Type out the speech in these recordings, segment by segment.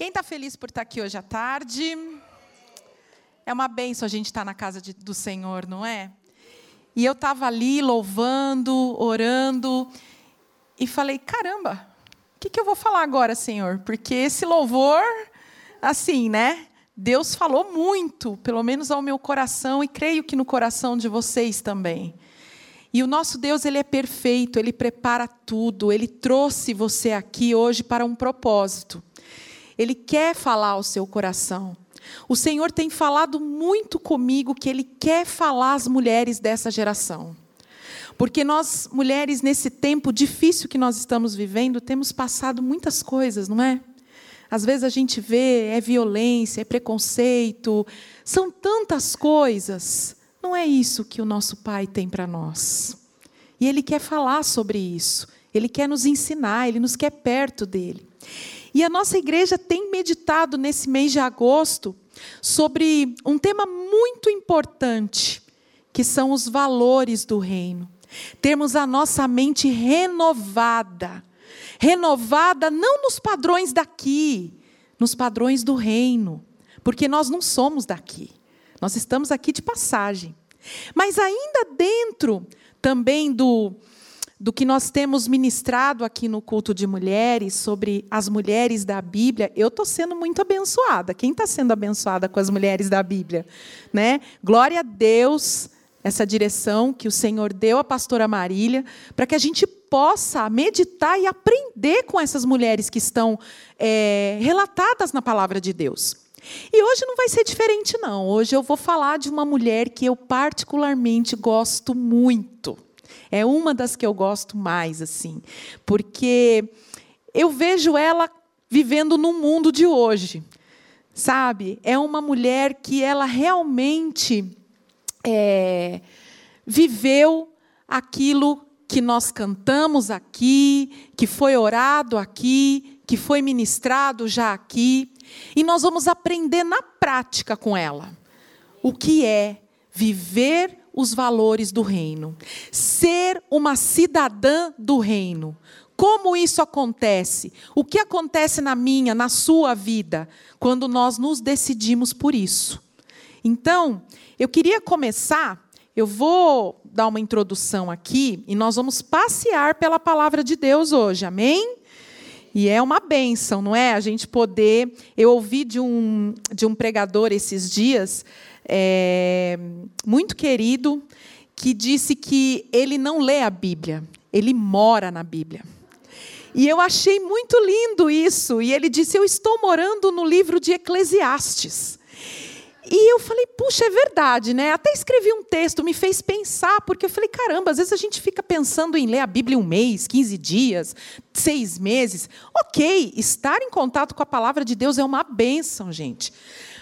Quem está feliz por estar aqui hoje à tarde? É uma bênção a gente estar na casa do Senhor, não é? E eu estava ali louvando, orando, e falei, caramba, o que eu vou falar agora, Senhor? Porque esse louvor, assim, né? Deus falou muito, pelo menos ao meu coração, e creio que no coração de vocês também. E o nosso Deus, Ele é perfeito, Ele prepara tudo, Ele trouxe você aqui hoje para um propósito. Ele quer falar ao seu coração. O Senhor tem falado muito comigo que Ele quer falar às mulheres dessa geração. Porque nós, mulheres, nesse tempo difícil que nós estamos vivendo, temos passado muitas coisas, não é? Às vezes a gente vê, é violência, é preconceito, são tantas coisas. Não é isso que o nosso Pai tem para nós. E Ele quer falar sobre isso. Ele quer nos ensinar, Ele nos quer perto dEle. E a nossa igreja tem meditado nesse mês de agosto sobre um tema muito importante, que são os valores do reino. Termos a nossa mente renovada. Renovada não nos padrões daqui, nos padrões do reino. Porque nós não somos daqui. Nós estamos aqui de passagem. Mas ainda dentro também do que nós temos ministrado aqui no culto de mulheres, sobre as mulheres da Bíblia, eu estou sendo muito abençoada. Quem está sendo abençoada com as mulheres da Bíblia? Né? Glória a Deus, essa direção que o Senhor deu à pastora Marília, para que a gente possa meditar e aprender com essas mulheres que estão relatadas na palavra de Deus. E hoje não vai ser diferente, não. Hoje eu vou falar de uma mulher que eu particularmente gosto muito. É uma das que eu gosto mais, assim, porque eu vejo ela vivendo no mundo de hoje, sabe? É uma mulher que ela realmente viveu aquilo que nós cantamos aqui, que foi orado aqui, que foi ministrado já aqui, e nós vamos aprender na prática com ela o que é viver os valores do reino, ser uma cidadã do reino. Como isso acontece? O que acontece na minha, na sua vida, quando nós nos decidimos por isso? Então, eu queria começar, eu vou dar uma introdução aqui, e nós vamos passear pela palavra de Deus hoje, amém? E é uma bênção, não é? A gente poder... Eu ouvi de um pregador esses dias, muito querido, que disse que ele não lê a Bíblia, ele mora na Bíblia. E eu achei muito lindo isso. E ele disse, eu estou morando no livro de Eclesiastes. E eu falei, puxa, é verdade, né? Até escrevi um texto, me fez pensar, porque eu falei, caramba, às vezes a gente fica pensando em ler a Bíblia 1 mês, 15 dias, 6 meses. Ok, estar em contato com a palavra de Deus é uma bênção, gente.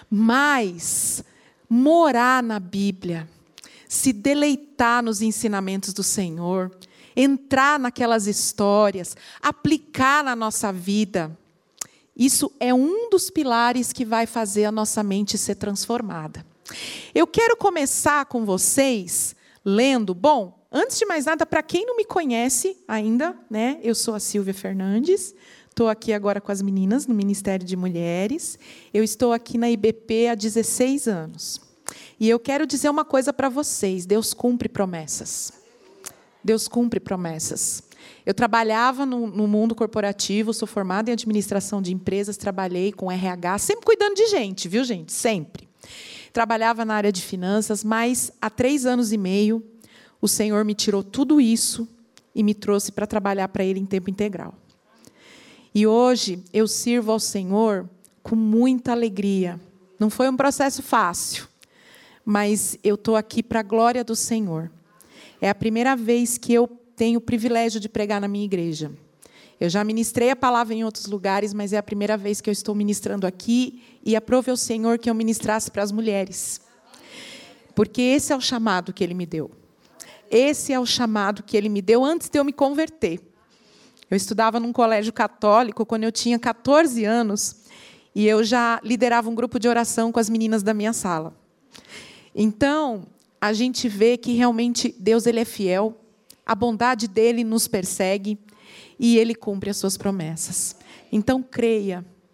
Mas morar na Bíblia, se deleitar nos ensinamentos do Senhor, entrar naquelas histórias, aplicar na nossa vida, isso é um dos pilares que vai fazer a nossa mente ser transformada. Eu quero começar com vocês lendo. Bom, antes de mais nada, para quem não me conhece ainda, né, eu sou a Silvia Fernandes, estou aqui agora com as meninas no Ministério de Mulheres. Eu estou aqui na IBP há 16 anos. E eu quero dizer uma coisa para vocês, Deus cumpre promessas. Deus cumpre promessas. Eu trabalhava no mundo corporativo, sou formada em administração de empresas, trabalhei com RH, sempre cuidando de gente, viu, gente? Sempre. Trabalhava na área de finanças, mas há 3 anos e meio, o Senhor me tirou tudo isso e me trouxe para trabalhar para Ele em tempo integral. E hoje eu sirvo ao Senhor com muita alegria. Não foi um processo fácil, mas eu estou aqui para a glória do Senhor. É a primeira vez que eu tenho o privilégio de pregar na minha igreja. Eu já ministrei a palavra em outros lugares, mas é a primeira vez que eu estou ministrando aqui, e aprove ao Senhor que eu ministrasse para as mulheres. Porque esse é o chamado que Ele me deu. Esse é o chamado que Ele me deu antes de eu me converter. Eu estudava num colégio católico quando eu tinha 14 anos, e eu já liderava um grupo de oração com as meninas da minha sala. Então, a gente vê que realmente Deus, Ele é fiel, a bondade dEle nos persegue e Ele cumpre as suas promessas. Então, creia,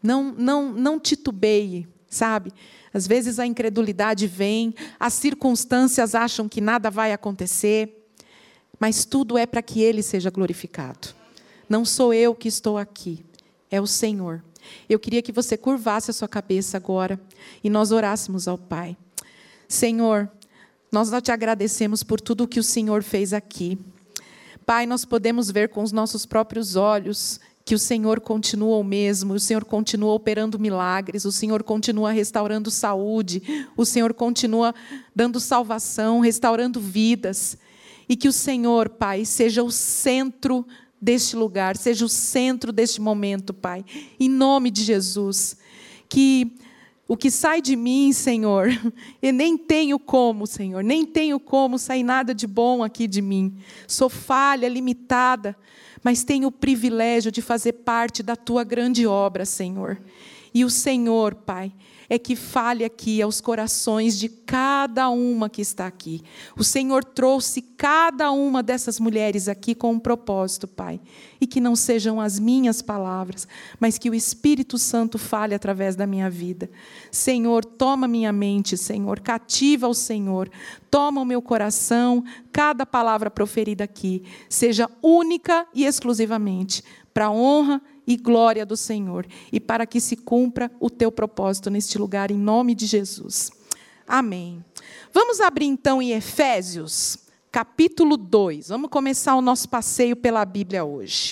Não titubeie, sabe? Às vezes a incredulidade vem, as circunstâncias acham que nada vai acontecer, mas tudo é para que Ele seja glorificado. Não sou eu que estou aqui, é o Senhor. Eu queria que você curvasse a sua cabeça agora e nós orássemos ao Pai. Senhor, nós te agradecemos por tudo o que o Senhor fez aqui. Pai, nós podemos ver com os nossos próprios olhos que o Senhor continua o mesmo, o Senhor continua operando milagres, o Senhor continua restaurando saúde, o Senhor continua dando salvação, restaurando vidas. E que o Senhor, Pai, seja o centro deste lugar, seja o centro deste momento, Pai. Em nome de Jesus. Que o que sai de mim, Senhor, eu nem tenho como, Senhor, nem tenho como sair nada de bom aqui de mim. Sou falha, limitada, mas tenho o privilégio de fazer parte da Tua grande obra, Senhor. E o Senhor, Pai, é que fale aqui aos corações de cada uma que está aqui. O Senhor trouxe cada uma dessas mulheres aqui com um propósito, Pai. E que não sejam as minhas palavras, mas que o Espírito Santo fale através da minha vida. Senhor, toma minha mente, Senhor, cativa o Senhor. Toma o meu coração, cada palavra proferida aqui seja única e exclusivamente para a honra e glória do Senhor, e para que se cumpra o teu propósito neste lugar, em nome de Jesus. Amém. Vamos abrir então em Efésios, capítulo 2. Vamos começar o nosso passeio pela Bíblia hoje.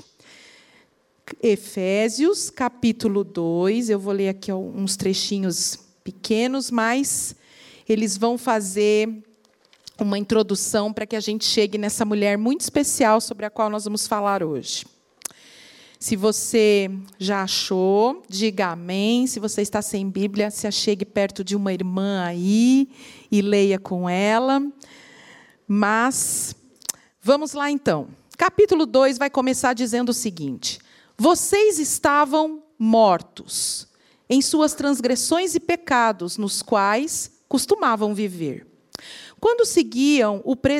Efésios, capítulo 2. Eu vou ler aqui uns trechinhos pequenos, mas eles vão fazer uma introdução para que a gente chegue nessa mulher muito especial sobre a qual nós vamos falar hoje. Se você já achou, diga amém. Se você está sem Bíblia, se achegue perto de uma irmã aí e leia com ela. Mas, vamos lá então. Capítulo 2 vai começar dizendo o seguinte: vocês estavam mortos em suas transgressões e pecados, nos quais costumavam viver. Quando seguiam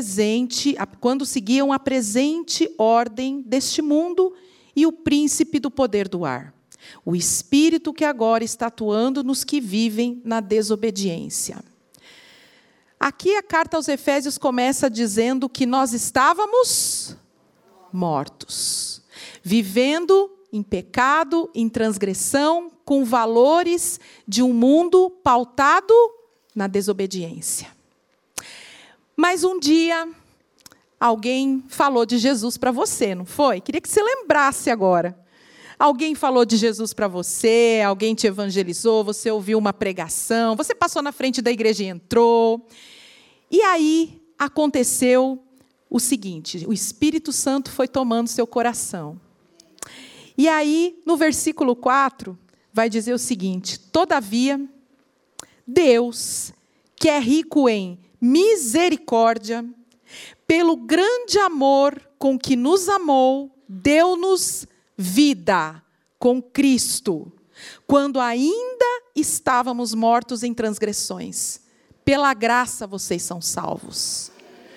a presente ordem deste mundo e o príncipe do poder do ar, o espírito que agora está atuando nos que vivem na desobediência. Aqui a carta aos Efésios começa dizendo que nós estávamos mortos, vivendo em pecado, em transgressão, com valores de um mundo pautado na desobediência. Mas um dia alguém falou de Jesus para você, não foi? Queria que você lembrasse agora. Alguém falou de Jesus para você, alguém te evangelizou, você ouviu uma pregação, você passou na frente da igreja e entrou. E aí aconteceu o seguinte: o Espírito Santo foi tomando seu coração. E aí, no versículo 4, vai dizer o seguinte: todavia, Deus, que é rico em misericórdia, pelo grande amor com que nos amou, deu-nos vida com Cristo, quando ainda estávamos mortos em transgressões. Pela graça vocês são salvos.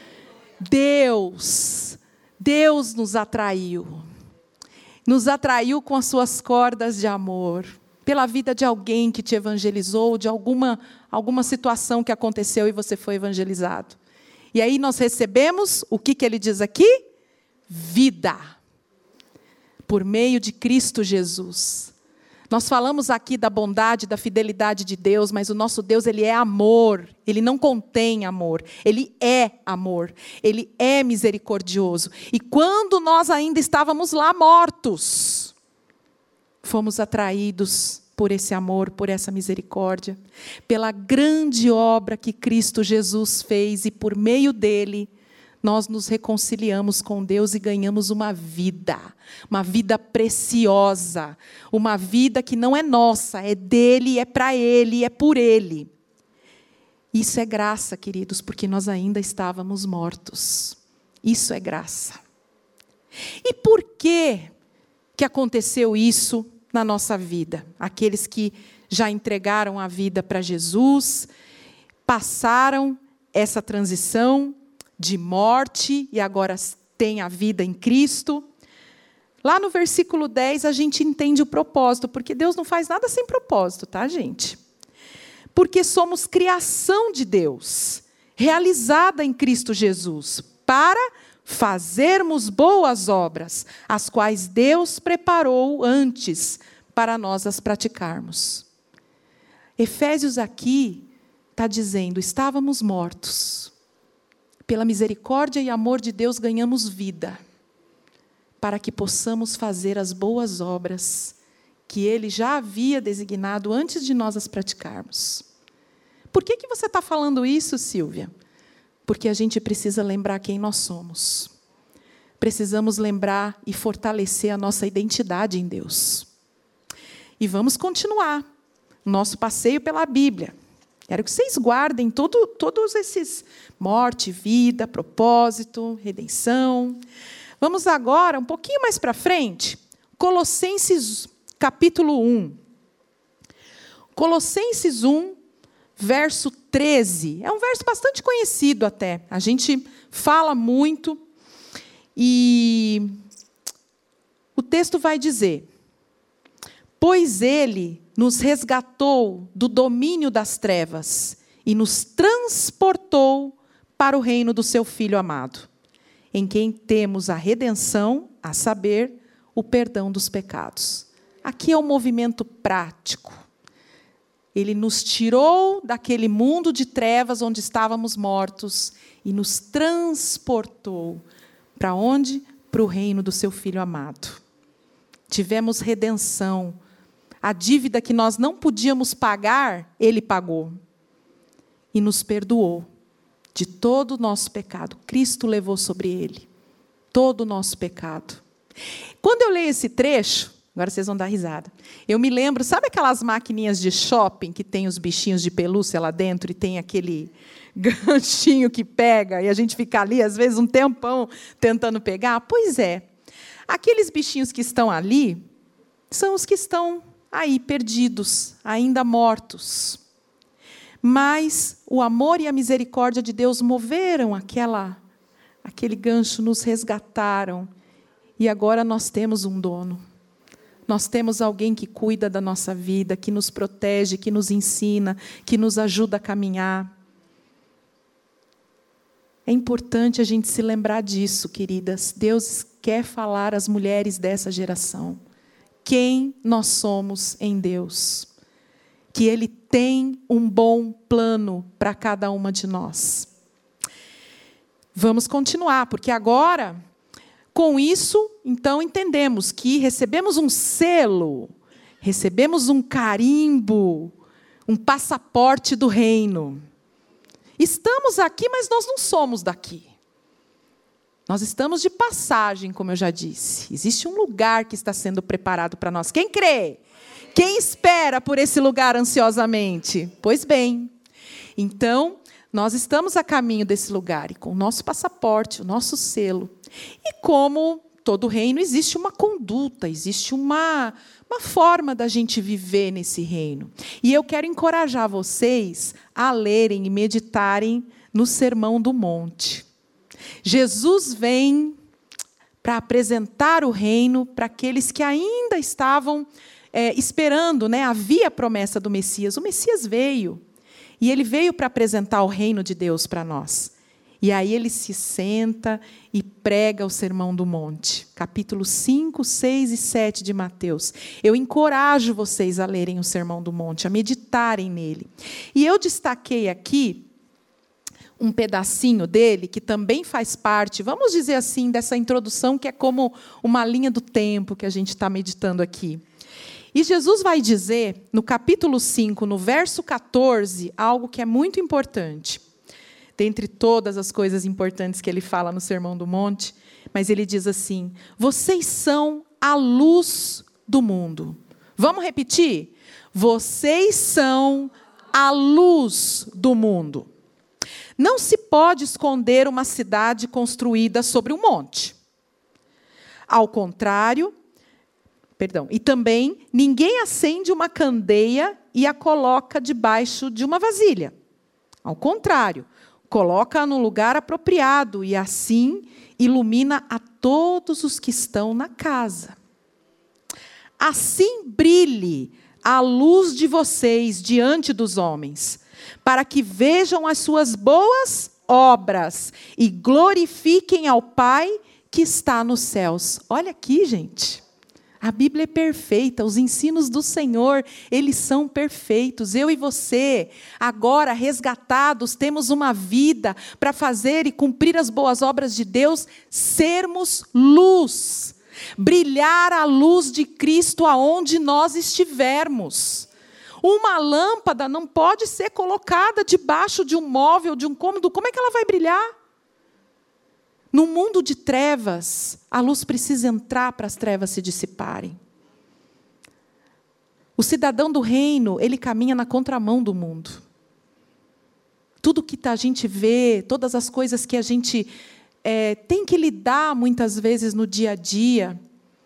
Deus nos atraiu com as suas cordas de amor, pela vida de alguém que te evangelizou, de alguma situação que aconteceu e você foi evangelizado. E aí nós recebemos, o que ele diz aqui? Vida. Por meio de Cristo Jesus. Nós falamos aqui da bondade, da fidelidade de Deus, mas o nosso Deus, Ele é amor. Ele não contém amor. Ele é amor. Ele é misericordioso. E quando nós ainda estávamos lá mortos, fomos atraídos por esse amor, por essa misericórdia, pela grande obra que Cristo Jesus fez, e por meio dele, nós nos reconciliamos com Deus e ganhamos uma vida preciosa, uma vida que não é nossa, é dele, é para ele, é por ele. Isso é graça, queridos, porque nós ainda estávamos mortos. Isso é graça. E por que aconteceu isso na nossa vida? Aqueles que já entregaram a vida para Jesus, passaram essa transição de morte e agora têm a vida em Cristo. Lá no versículo 10, a gente entende o propósito, porque Deus não faz nada sem propósito, tá, gente? Porque somos criação de Deus, realizada em Cristo Jesus, para fazermos boas obras, as quais Deus preparou antes para nós as praticarmos. Efésios aqui está dizendo, estávamos mortos. Pela misericórdia e amor de Deus ganhamos vida, para que possamos fazer as boas obras que Ele já havia designado antes de nós as praticarmos. Por que você está falando isso, Silvia? Porque a gente precisa lembrar quem nós somos. Precisamos lembrar e fortalecer a nossa identidade em Deus. E vamos continuar nosso passeio pela Bíblia. Quero que vocês guardem todos esses morte, vida, propósito, redenção. Vamos agora, um pouquinho mais para frente, Colossenses capítulo 1. Colossenses 1, verso 13. É um verso bastante conhecido até. A gente fala muito. E o texto vai dizer: pois Ele nos resgatou do domínio das trevas e nos transportou para o reino do seu Filho amado, em quem temos a redenção, a saber, o perdão dos pecados. Aqui é um movimento prático. Ele nos tirou daquele mundo de trevas onde estávamos mortos e nos transportou para onde? Para o reino do seu Filho amado. Tivemos redenção. A dívida que nós não podíamos pagar, Ele pagou. E nos perdoou de todo o nosso pecado. Cristo levou sobre Ele todo o nosso pecado. Quando eu leio esse trecho, agora vocês vão dar risada, eu me lembro, sabe aquelas maquininhas de shopping que tem os bichinhos de pelúcia lá dentro e tem aquele ganchinho que pega e a gente fica ali, às vezes, um tempão tentando pegar? Pois é, aqueles bichinhos que estão ali são os que estão aí perdidos, ainda mortos. Mas o amor e a misericórdia de Deus moveram aquele gancho, nos resgataram. E agora nós temos um dono. Nós temos alguém que cuida da nossa vida, que nos protege, que nos ensina, que nos ajuda a caminhar. É importante a gente se lembrar disso, queridas. Deus quer falar às mulheres dessa geração quem nós somos em Deus. Que Ele tem um bom plano para cada uma de nós. Vamos continuar, porque agora, com isso, então entendemos que recebemos um selo, recebemos um carimbo, um passaporte do reino. Estamos aqui, mas nós não somos daqui. Nós estamos de passagem, como eu já disse. Existe um lugar que está sendo preparado para nós. Quem crê? Quem espera por esse lugar ansiosamente? Pois bem, então, nós estamos a caminho desse lugar, e com o nosso passaporte, o nosso selo. E como todo reino, existe uma conduta, existe uma forma da gente viver nesse reino. E eu quero encorajar vocês a lerem e meditarem no Sermão do Monte. Jesus vem para apresentar o reino para aqueles que ainda estavam esperando, né? Havia a promessa do Messias. O Messias veio. E ele veio para apresentar o reino de Deus para nós. E aí ele se senta e prega o Sermão do Monte. Capítulos 5, 6 e 7 de Mateus. Eu encorajo vocês a lerem o Sermão do Monte, a meditarem nele. E eu destaquei aqui um pedacinho dele, que também faz parte, vamos dizer assim, dessa introdução, que é como uma linha do tempo que a gente está meditando aqui. E Jesus vai dizer, no capítulo 5, no verso 14, algo que é muito importante. Dentre todas as coisas importantes que ele fala no Sermão do Monte, mas ele diz assim: vocês são a luz do mundo. Vamos repetir? Vocês são a luz do mundo. Não se pode esconder uma cidade construída sobre um monte. Ao contrário, e também ninguém acende uma candeia e a coloca debaixo de uma vasilha. Ao contrário, coloca-a no lugar apropriado e assim ilumina a todos os que estão na casa. Assim brilhe a luz de vocês diante dos homens, para que vejam as suas boas obras e glorifiquem ao Pai que está nos céus. Olha aqui, gente. A Bíblia é perfeita, os ensinos do Senhor, eles são perfeitos. Eu e você, agora resgatados, temos uma vida para fazer e cumprir as boas obras de Deus, sermos luz, brilhar a luz de Cristo aonde nós estivermos. Uma lâmpada não pode ser colocada debaixo de um móvel, de um cômodo, como é que ela vai brilhar? No mundo de trevas, a luz precisa entrar para as trevas se dissiparem. O cidadão do reino, ele caminha na contramão do mundo. Tudo que a gente vê, todas as coisas que a gente tem que lidar muitas vezes no dia a dia,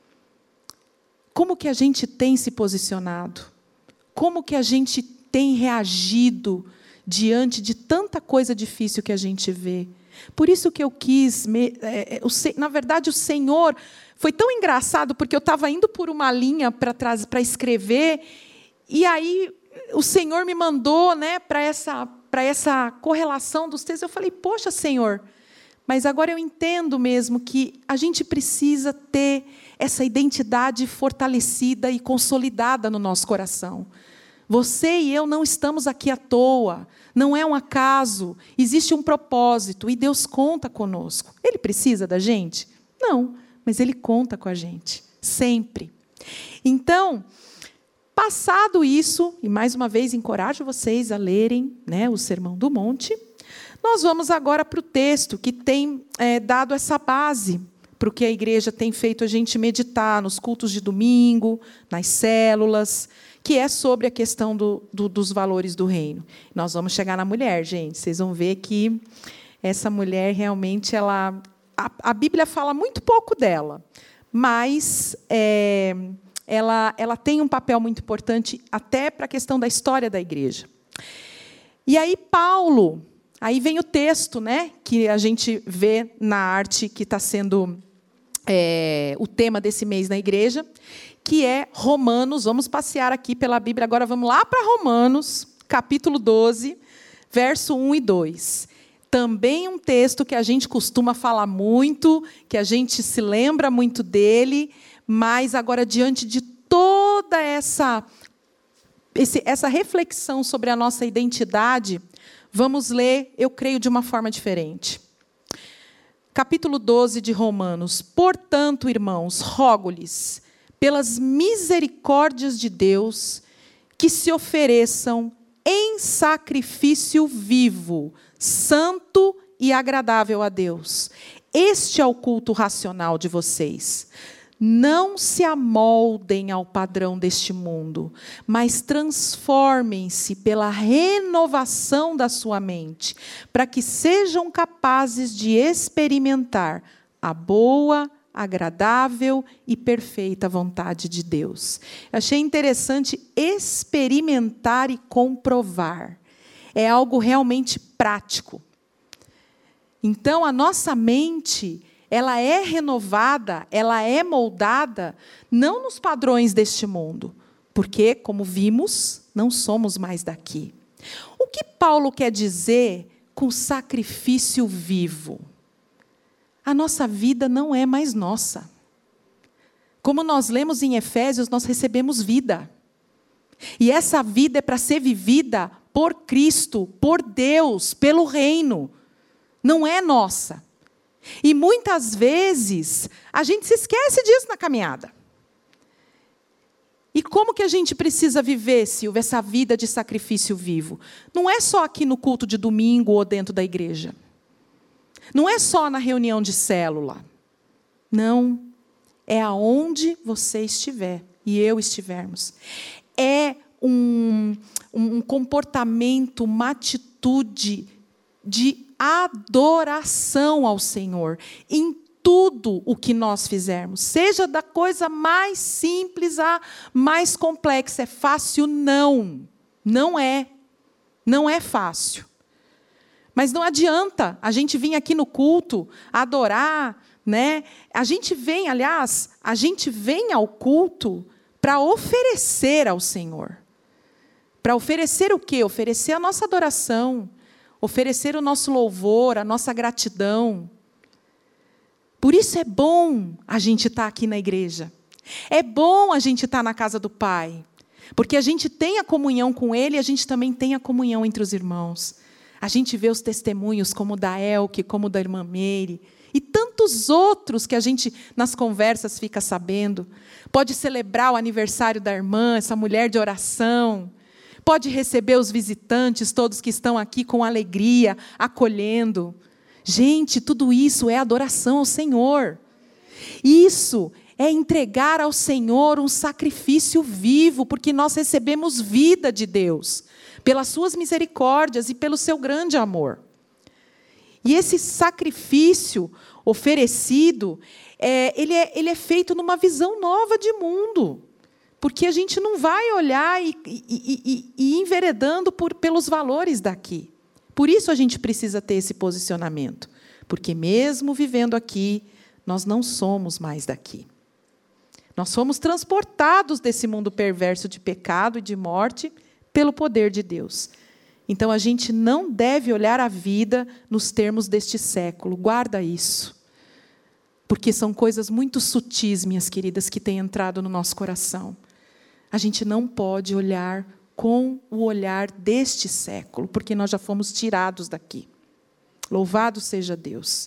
como que a gente tem se posicionado? Como que a gente tem reagido diante de tanta coisa difícil que a gente vê? Por isso que eu quis, na verdade o Senhor, foi tão engraçado, porque eu estava indo por uma linha para escrever, e aí o Senhor me mandou, né, para essa correlação dos textos. Eu falei, poxa, Senhor, mas agora eu entendo mesmo que a gente precisa ter essa identidade fortalecida e consolidada no nosso coração. Você e eu não estamos aqui à toa, não é um acaso, existe um propósito e Deus conta conosco. Ele precisa da gente? Não, mas Ele conta com a gente, sempre. Então, passado isso, e mais uma vez encorajo vocês a lerem, né, o Sermão do Monte, nós vamos agora para o texto que tem dado essa base para o que a igreja tem feito a gente meditar nos cultos de domingo, nas células, que é sobre a questão dos valores do reino. Nós vamos chegar na mulher, gente. Vocês vão ver que essa mulher realmente, a Bíblia fala muito pouco dela, mas ela tem um papel muito importante até para a questão da história da igreja. E aí Paulo, aí vem o texto, né, que a gente vê na arte que está sendo o tema desse mês na igreja, que é Romanos. Vamos passear aqui pela Bíblia, agora vamos lá para Romanos, capítulo 12, verso 1 e 2. Também um texto que a gente costuma falar muito, que a gente se lembra muito dele, mas agora, diante de toda essa reflexão sobre a nossa identidade, vamos ler, eu creio, de uma forma diferente. Capítulo 12 de Romanos. Portanto, irmãos, rogo-lhes, pelas misericórdias de Deus, que se ofereçam em sacrifício vivo, santo e agradável a Deus. Este é o culto racional de vocês. Não se amoldem ao padrão deste mundo, mas transformem-se pela renovação da sua mente, para que sejam capazes de experimentar a boa, agradável e perfeita vontade de Deus. Achei interessante experimentar e comprovar. É algo realmente prático. Então, a nossa mente, ela é renovada, ela é moldada, não nos padrões deste mundo, porque, como vimos, não somos mais daqui. O que Paulo quer dizer com sacrifício vivo? A nossa vida não é mais nossa. Como nós lemos em Efésios, nós recebemos vida. E essa vida é para ser vivida por Cristo, por Deus, pelo reino. Não é nossa. E muitas vezes a gente se esquece disso na caminhada. E como que a gente precisa viver, Silvia, essa vida de sacrifício vivo? Não é só aqui no culto de domingo ou dentro da igreja. Não é só na reunião de célula. Não. É aonde você estiver e eu estivermos. É um comportamento, uma atitude de adoração ao Senhor em tudo o que nós fizermos. Seja da coisa mais simples à mais complexa. É fácil? Não. Não é. Não é fácil. Mas não adianta a gente vir aqui no culto, adorar, né? A gente vem ao culto para oferecer ao Senhor. Para oferecer o quê? Oferecer a nossa adoração, oferecer o nosso louvor, a nossa gratidão. Por isso é bom a gente estar aqui na igreja. É bom a gente estar na casa do Pai. Porque a gente tem a comunhão com Ele e a gente também tem a comunhão entre os irmãos. A gente vê os testemunhos como o da Elke, como o da irmã Meire, e tantos outros que a gente, nas conversas, fica sabendo. Pode celebrar o aniversário da irmã, essa mulher de oração. Pode receber os visitantes, todos que estão aqui com alegria, acolhendo. Gente, tudo isso é adoração ao Senhor. Isso é entregar ao Senhor um sacrifício vivo, porque nós recebemos vida de Deus, pelas suas misericórdias e pelo seu grande amor. E esse sacrifício oferecido, ele é feito numa visão nova de mundo. Porque a gente não vai olhar e ir enveredando pelos valores daqui. Por isso a gente precisa ter esse posicionamento. Porque mesmo vivendo aqui, nós não somos mais daqui. Nós somos transportados desse mundo perverso de pecado e de morte pelo poder de Deus. Então a gente não deve olhar a vida nos termos deste século. Guarda isso. Porque são coisas muito sutis, minhas queridas, que têm entrado no nosso coração. A gente não pode olhar com o olhar deste século, porque nós já fomos tirados daqui. Louvado seja Deus.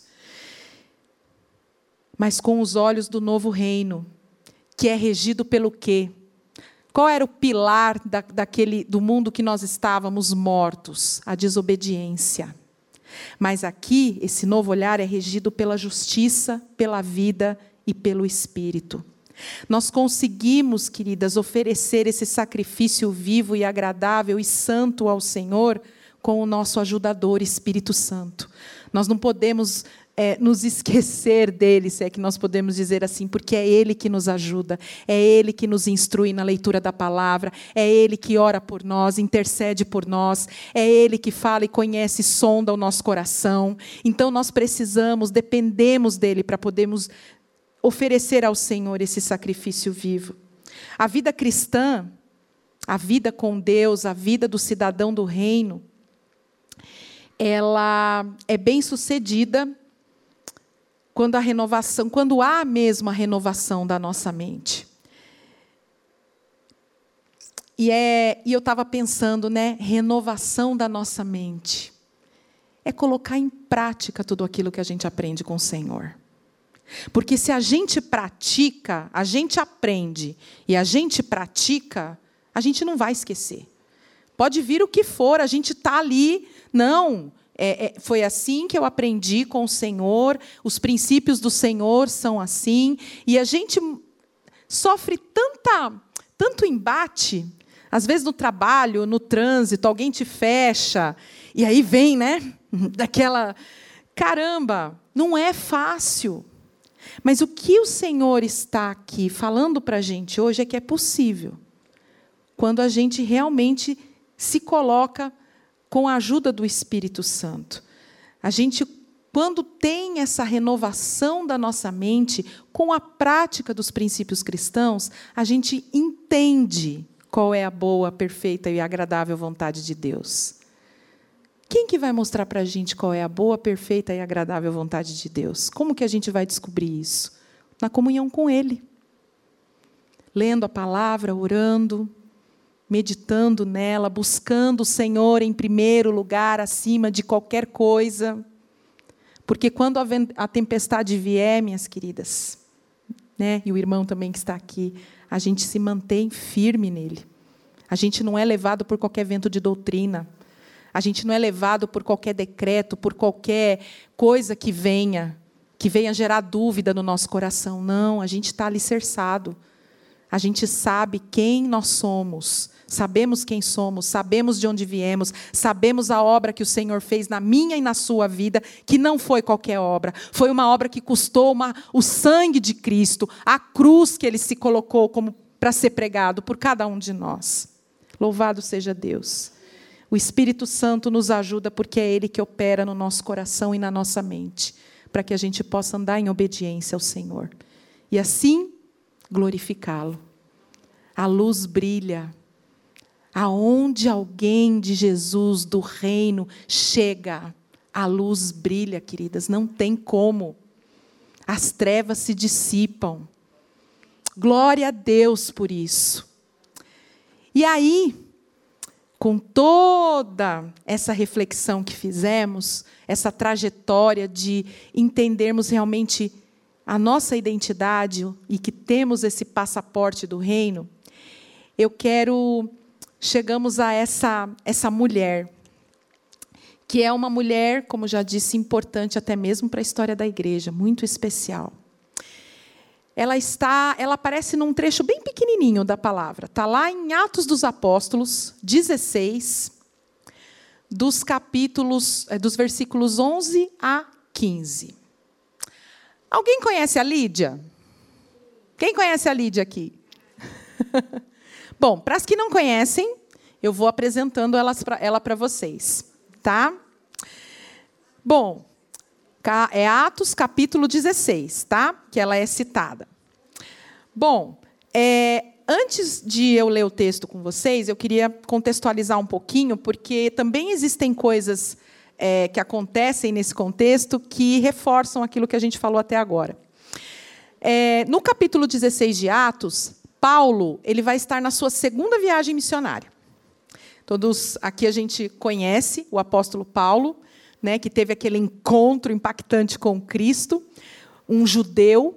Mas com os olhos do novo reino, que é regido pelo quê? Qual era o pilar do mundo que nós estávamos mortos? A desobediência. Mas aqui, esse novo olhar é regido pela justiça, pela vida e pelo Espírito. Nós conseguimos, queridas, oferecer esse sacrifício vivo e agradável e santo ao Senhor com o nosso ajudador, Espírito Santo. Nós não podemos nos esquecer dele, se é que nós podemos dizer assim, porque é ele que nos ajuda, é ele que nos instrui na leitura da palavra, é ele que ora por nós, intercede por nós, é ele que fala e conhece e sonda o nosso coração. Então nós dependemos dele para podermos oferecer ao Senhor esse sacrifício vivo. A vida cristã, a vida com Deus, a vida do cidadão do reino, ela é bem-sucedida quando há mesmo a renovação da nossa mente. E eu estava pensando, renovação da nossa mente. É colocar em prática tudo aquilo que a gente aprende com o Senhor. Porque se a gente pratica, a gente aprende, e a gente pratica, a gente não vai esquecer. Pode vir o que for, a gente está ali, não... foi assim que eu aprendi com o Senhor, os princípios do Senhor são assim, e a gente sofre tanto embate, às vezes no trabalho, no trânsito, alguém te fecha, e aí vem, daquela... Caramba, não é fácil. Mas o que o Senhor está aqui falando para a gente hoje é que é possível, quando a gente realmente se coloca com a ajuda do Espírito Santo. A gente, quando tem essa renovação da nossa mente, com a prática dos princípios cristãos, a gente entende qual é a boa, perfeita e agradável vontade de Deus. Quem que vai mostrar para a gente qual é a boa, perfeita e agradável vontade de Deus? Como que a gente vai descobrir isso? Na comunhão com Ele. Lendo a palavra, orando, meditando nela, buscando o Senhor em primeiro lugar, acima de qualquer coisa. Porque quando a tempestade vier, minhas queridas, e o irmão também que está aqui, a gente se mantém firme nele. A gente não é levado por qualquer vento de doutrina. A gente não é levado por qualquer decreto, por qualquer coisa que venha gerar dúvida no nosso coração. Não, a gente está alicerçado. A gente sabe quem nós somos, sabemos quem somos, sabemos de onde viemos, sabemos a obra que o Senhor fez na minha e na sua vida, que não foi qualquer obra, foi uma obra que custou o sangue de Cristo, a cruz que Ele se colocou como para ser pregado por cada um de nós. Louvado seja Deus. O Espírito Santo nos ajuda porque é Ele que opera no nosso coração e na nossa mente, para que a gente possa andar em obediência ao Senhor. E assim, glorificá-lo. A luz brilha. Aonde alguém de Jesus, do reino, chega, a luz brilha, queridas. Não tem como. As trevas se dissipam. Glória a Deus por isso. E aí, com toda essa reflexão que fizemos, essa trajetória de entendermos realmente a nossa identidade e que temos esse passaporte do reino, chegamos a essa mulher, que é uma mulher, como já disse, importante até mesmo para a história da igreja, muito especial. Ela aparece num trecho bem pequenininho da palavra. Está lá em Atos dos Apóstolos, 16, dos versículos 11 a 15. Alguém conhece a Lídia? Quem conhece a Lídia aqui? Bom, para as que não conhecem, eu vou apresentando ela para vocês, tá? Bom, é Atos capítulo 16, tá? Que ela é citada. Bom, antes de eu ler o texto com vocês, eu queria contextualizar um pouquinho, porque também existem coisas que acontecem nesse contexto que reforçam aquilo que a gente falou até agora. No capítulo 16 de Atos, Paulo ele vai estar na sua segunda viagem missionária. Todos aqui a gente conhece o apóstolo Paulo, né, que teve aquele encontro impactante com Cristo, um judeu,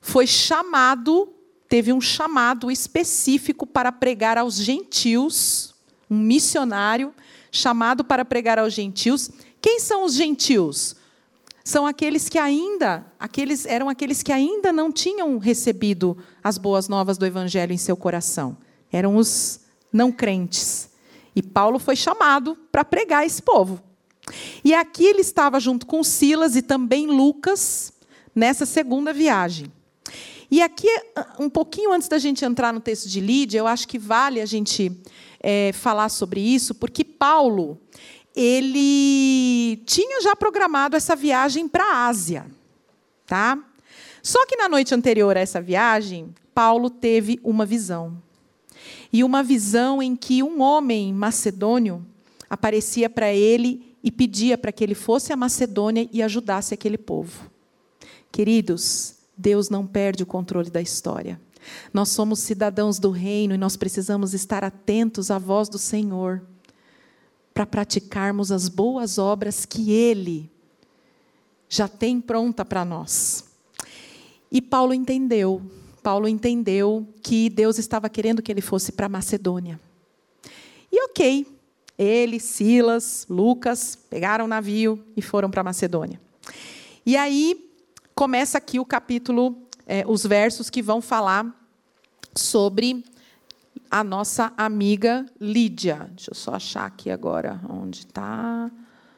teve um chamado específico para pregar aos gentios, um missionário chamado para pregar aos gentios. Quem são os gentios? São aqueles que ainda não tinham recebido as boas novas do Evangelho em seu coração. Eram os não crentes. E Paulo foi chamado para pregar a esse povo. E aqui ele estava junto com Silas e também Lucas, nessa segunda viagem. E aqui, um pouquinho antes da gente entrar no texto de Lídia, eu acho que vale a gente falar sobre isso, porque Paulo ele tinha já programado essa viagem para a Ásia. Tá? Só que na noite anterior a essa viagem, Paulo teve uma visão. E uma visão em que um homem macedônio aparecia para ele e pedia para que ele fosse à Macedônia e ajudasse aquele povo. Queridos, Deus não perde o controle da história. Nós somos cidadãos do reino e nós precisamos estar atentos à voz do Senhor para praticarmos as boas obras que Ele já tem pronta para nós. E Paulo entendeu que Deus estava querendo que ele fosse para a Macedônia. E ok, ele, Silas, Lucas, pegaram o navio e foram para a Macedônia. E aí, começa aqui o capítulo, os versos que vão falar sobre a nossa amiga Lídia. Deixa eu só achar aqui agora onde está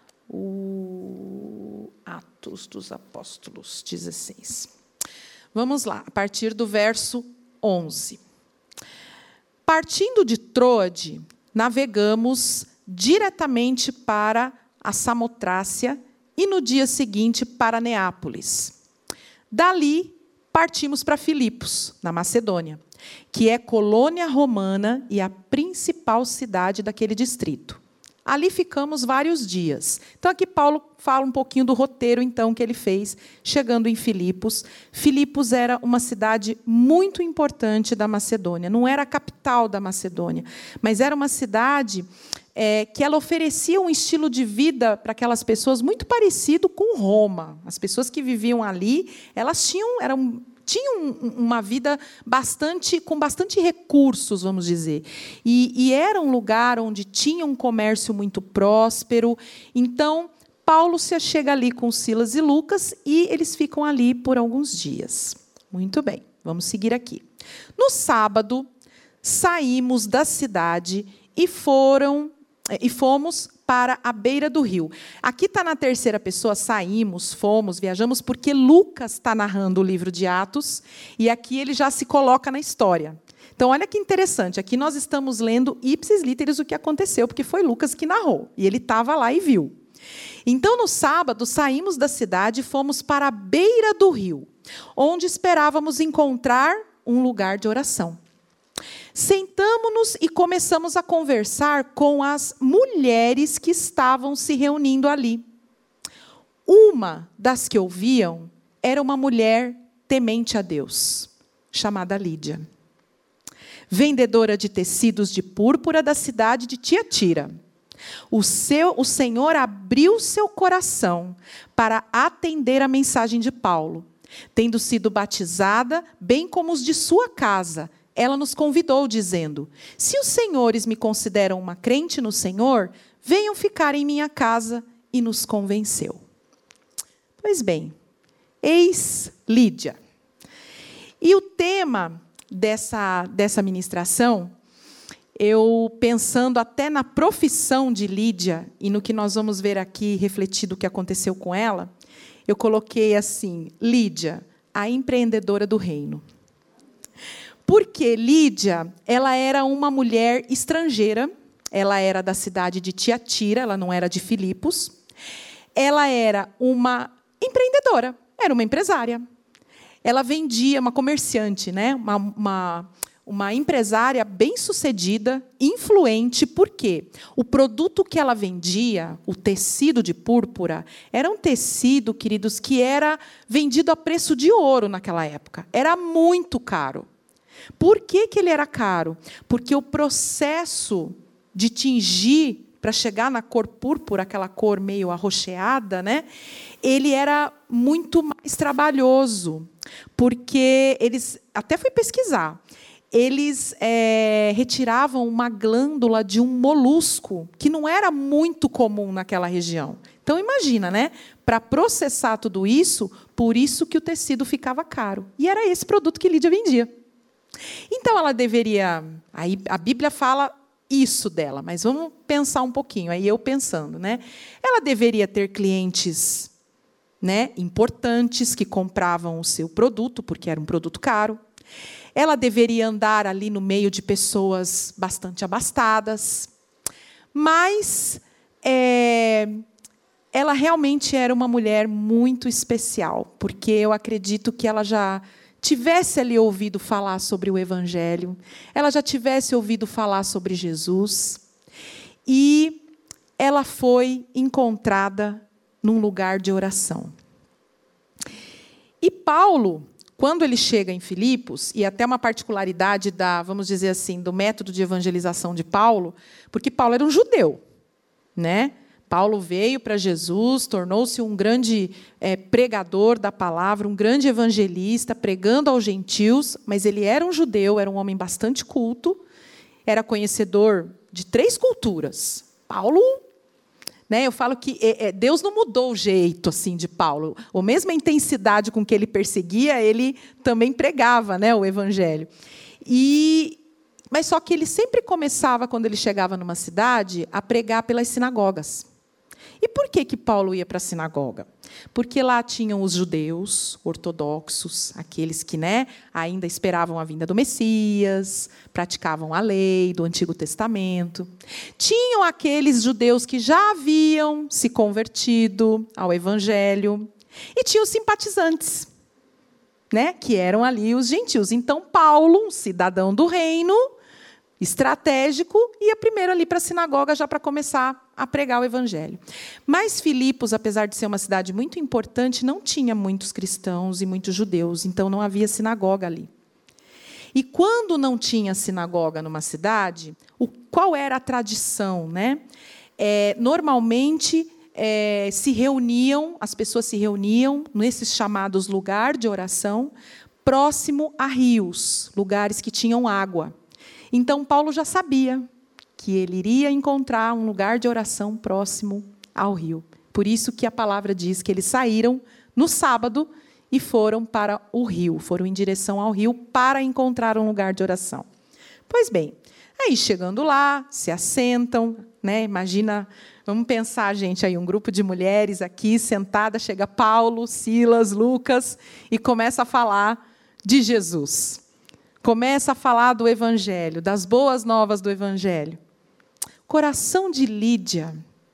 o Atos dos Apóstolos 16. Vamos lá, a partir do verso 11. Partindo de Troade, navegamos diretamente para a Samotrácia e no dia seguinte para Neápolis. Dali, partimos para Filipos, na Macedônia, que é colônia romana e a principal cidade daquele distrito. Ali ficamos vários dias. Então, aqui Paulo fala um pouquinho do roteiro então, que ele fez, chegando em Filipos. Filipos era uma cidade muito importante da Macedônia. Não era a capital da Macedônia, mas era uma cidade que ela oferecia um estilo de vida para aquelas pessoas muito parecido com Roma. As pessoas que viviam ali, elas tinham uma vida com bastante recursos, vamos dizer. E era um lugar onde tinha um comércio muito próspero. Então, Paulo se achega ali com Silas e Lucas e eles ficam ali por alguns dias. Muito bem, vamos seguir aqui. No sábado, saímos da cidade e fomos para a beira do rio. Aqui está na terceira pessoa, saímos, fomos, viajamos, porque Lucas está narrando o livro de Atos, e aqui ele já se coloca na história. Então, olha que interessante, aqui nós estamos lendo ipsis literis o que aconteceu, porque foi Lucas que narrou, e ele estava lá e viu. Então, no sábado, saímos da cidade e fomos para a beira do rio, onde esperávamos encontrar um lugar de oração. Sentamo-nos e começamos a conversar com as mulheres que estavam se reunindo ali. Uma das que ouviam era uma mulher temente a Deus, chamada Lídia, vendedora de tecidos de púrpura da cidade de Tiatira. O Senhor abriu seu coração para atender a mensagem de Paulo. Tendo sido batizada, bem como os de sua casa, ela nos convidou, dizendo: se os senhores me consideram uma crente no Senhor, venham ficar em minha casa, e nos convenceu. Pois bem, eis Lídia. E o tema dessa ministração, eu pensando até na profissão de Lídia, e no que nós vamos ver aqui refletido o que aconteceu com ela, eu coloquei assim: Lídia, a empreendedora do reino. Porque Lídia, ela era uma mulher estrangeira, ela era da cidade de Tiatira, ela não era de Filipos. Ela era uma empreendedora, era uma empresária. Ela vendia, uma comerciante, né? Uma empresária bem-sucedida, influente, porque o produto que ela vendia, o tecido de púrpura, era um tecido, queridos, que era vendido a preço de ouro naquela época. Era muito caro. Por que ele era caro? Porque o processo de tingir para chegar na cor púrpura, aquela cor meio arroxeada, né? Ele era muito mais trabalhoso, porque eles, até fui pesquisar, eles retiravam uma glândula de um molusco, que não era muito comum naquela região. Então, imagina, né? Para processar tudo isso, por isso que o tecido ficava caro. E era esse produto que Lídia vendia. Então, ela deveria... Aí a Bíblia fala isso dela, mas vamos pensar um pouquinho. Aí eu pensando, né? Ela deveria ter clientes, né, importantes que compravam o seu produto, porque era um produto caro. Ela deveria andar ali no meio de pessoas bastante abastadas. Mas ela realmente era uma mulher muito especial, porque eu acredito que ela já tivesse ali ouvido falar sobre o Evangelho, ela já tivesse ouvido falar sobre Jesus, e ela foi encontrada num lugar de oração. E Paulo, quando ele chega em Filipos, e até uma particularidade vamos dizer assim, do método de evangelização de Paulo, porque Paulo era um judeu, né? Paulo veio para Jesus, tornou-se um grande pregador da palavra, um grande evangelista, pregando aos gentios, mas ele era um judeu, era um homem bastante culto, era conhecedor de 3 culturas. Paulo, né, eu falo que Deus não mudou o jeito assim de Paulo. A mesma intensidade com que ele perseguia, ele também pregava, né, o evangelho. Mas só que ele sempre começava, quando ele chegava numa cidade, a pregar pelas sinagogas. E por que Paulo ia para a sinagoga? Porque lá tinham os judeus ortodoxos, aqueles que, né, ainda esperavam a vinda do Messias, praticavam a lei do Antigo Testamento. Tinham aqueles judeus que já haviam se convertido ao Evangelho. E tinham os simpatizantes, né, que eram ali os gentios. Então, Paulo, um cidadão do reino, estratégico, ia primeiro ali para a sinagoga já para começar a pregar o Evangelho. Mas Filipos, apesar de ser uma cidade muito importante, não tinha muitos cristãos e muitos judeus, então não havia sinagoga ali. E quando não tinha sinagoga numa cidade, qual era a tradição, né? Normalmente as pessoas se reuniam nesses chamados lugares de oração, próximo a rios, lugares que tinham água. Então, Paulo já sabia que ele iria encontrar um lugar de oração próximo ao rio. Por isso que a palavra diz que eles saíram no sábado e foram para o rio, foram em direção ao rio para encontrar um lugar de oração. Pois bem, aí chegando lá, se assentam, né? Imagina, vamos pensar, gente, aí um grupo de mulheres aqui sentada, chega Paulo, Silas, Lucas e começa a falar de Jesus. Começa a falar do Evangelho, das boas novas do Evangelho. O coração de Lídia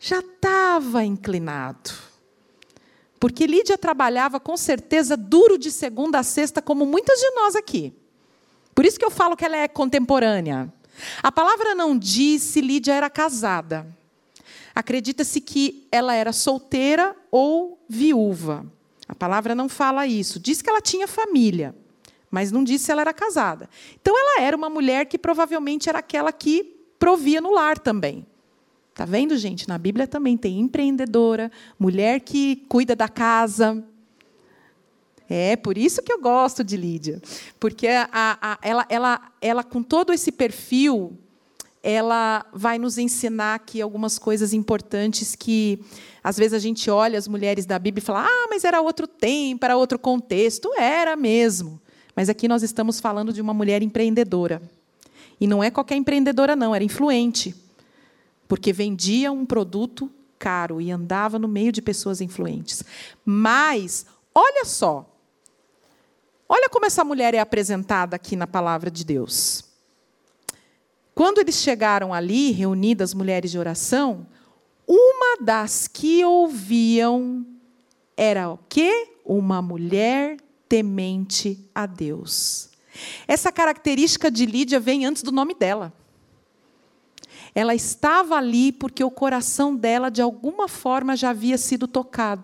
já estava inclinado. Porque Lídia trabalhava, com certeza, duro de segunda a sexta, como muitas de nós aqui. Por isso que eu falo que ela é contemporânea. A palavra não diz se Lídia era casada. Acredita-se que ela era solteira ou viúva. A palavra não fala isso. Diz que ela tinha família, mas não diz se ela era casada. Então, ela era uma mulher que provavelmente era aquela que provia no lar também. Está vendo, gente? Na Bíblia também tem empreendedora, mulher que cuida da casa. É por isso que eu gosto de Lídia. Porque ela, com todo esse perfil, ela vai nos ensinar aqui algumas coisas importantes que, às vezes, a gente olha as mulheres da Bíblia e fala, mas era outro tempo, era outro contexto. Era mesmo. Mas aqui nós estamos falando de uma mulher empreendedora. E não é qualquer empreendedora, não, era influente. Porque vendia um produto caro e andava no meio de pessoas influentes. Mas, olha só, olha como essa mulher é apresentada aqui na palavra de Deus. Quando eles chegaram ali, reunidas mulheres de oração, uma das que ouviam era o quê? Uma mulher temente a Deus. Essa característica de Lídia vem antes do nome dela. Ela estava ali porque o coração dela, de alguma forma, já havia sido tocado.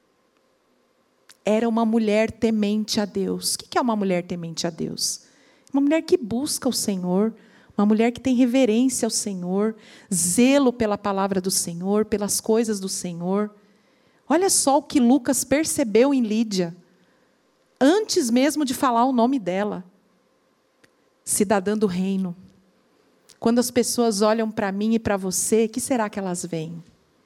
Era uma mulher temente a Deus. O que é uma mulher temente a Deus? Uma mulher que busca o Senhor, uma mulher que tem reverência ao Senhor, zelo pela palavra do Senhor, pelas coisas do Senhor. Olha só o que Lucas percebeu em Lídia, antes mesmo de falar o nome dela. Cidadã do reino. Quando as pessoas olham para mim e para você, o que será que elas veem?